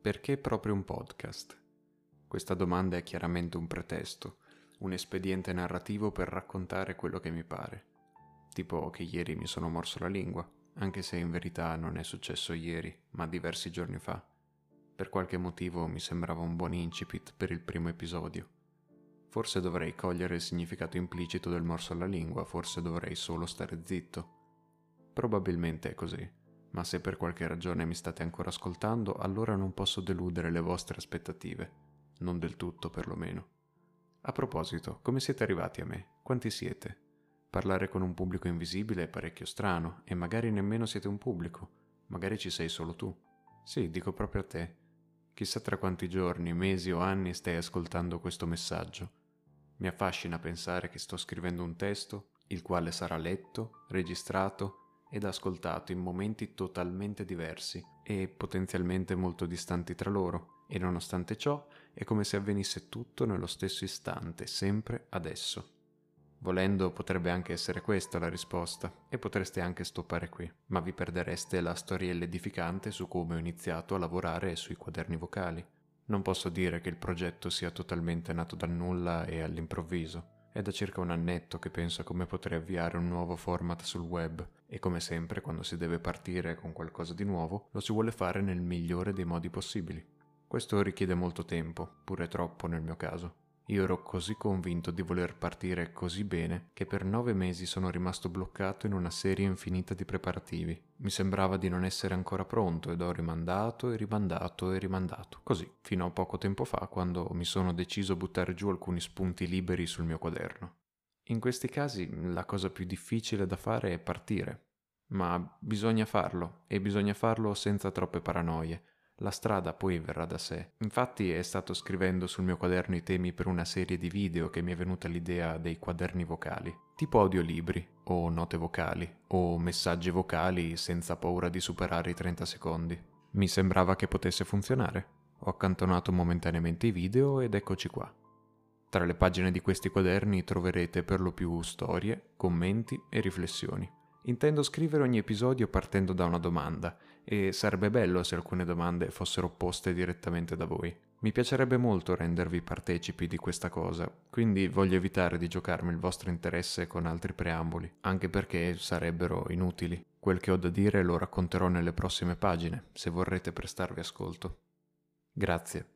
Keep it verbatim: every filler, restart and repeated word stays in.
Perché proprio un podcast? Questa domanda è chiaramente un pretesto, un espediente narrativo per raccontare quello che mi pare. Tipo che ieri mi sono morso la lingua, anche se in verità non è successo ieri, ma diversi giorni fa. Per qualche motivo mi sembrava un buon incipit per il primo episodio. Forse dovrei cogliere il significato implicito del morso alla lingua, forse dovrei solo stare zitto. Probabilmente è così. Ma se per qualche ragione mi state ancora ascoltando, allora non posso deludere le vostre aspettative. Non del tutto, perlomeno. A proposito, come siete arrivati a me? Quanti siete? Parlare con un pubblico invisibile è parecchio strano, e magari nemmeno siete un pubblico. Magari ci sei solo tu. Sì, dico proprio a te. Chissà tra quanti giorni, mesi o anni stai ascoltando questo messaggio. Mi affascina pensare che sto scrivendo un testo, il quale sarà letto, registrato ed ascoltato in momenti totalmente diversi e potenzialmente molto distanti tra loro, e nonostante ciò è come se avvenisse tutto nello stesso istante, sempre adesso. Volendo potrebbe anche essere questa la risposta, e potreste anche stoppare qui, ma vi perdereste la storiella edificante su come ho iniziato a lavorare sui quaderni vocali. Non posso dire che il progetto sia totalmente nato dal nulla e all'improvviso. È da circa un annetto che penso a come potrei avviare un nuovo format sul web, e come sempre quando si deve partire con qualcosa di nuovo lo si vuole fare nel migliore dei modi possibili. Questo richiede molto tempo, pure troppo nel mio caso. Io ero così convinto di voler partire così bene che per nove mesi sono rimasto bloccato in una serie infinita di preparativi. Mi sembrava di non essere ancora pronto ed ho rimandato e rimandato e rimandato. Così, fino a poco tempo fa, quando mi sono deciso a buttare giù alcuni spunti liberi sul mio quaderno. In questi casi la cosa più difficile da fare è partire. Ma bisogna farlo, e bisogna farlo senza troppe paranoie. La strada poi verrà da sé. Infatti è stato scrivendo sul mio quaderno i temi per una serie di video che mi è venuta l'idea dei quaderni vocali, tipo audiolibri, o note vocali, o messaggi vocali senza paura di superare i trenta secondi. Mi sembrava che potesse funzionare. Ho accantonato momentaneamente i video ed eccoci qua. Tra le pagine di questi quaderni troverete per lo più storie, commenti e riflessioni. Intendo scrivere ogni episodio partendo da una domanda, e sarebbe bello se alcune domande fossero poste direttamente da voi. Mi piacerebbe molto rendervi partecipi di questa cosa, quindi voglio evitare di giocarmi il vostro interesse con altri preamboli, anche perché sarebbero inutili. Quel che ho da dire lo racconterò nelle prossime pagine, se vorrete prestarvi ascolto. Grazie.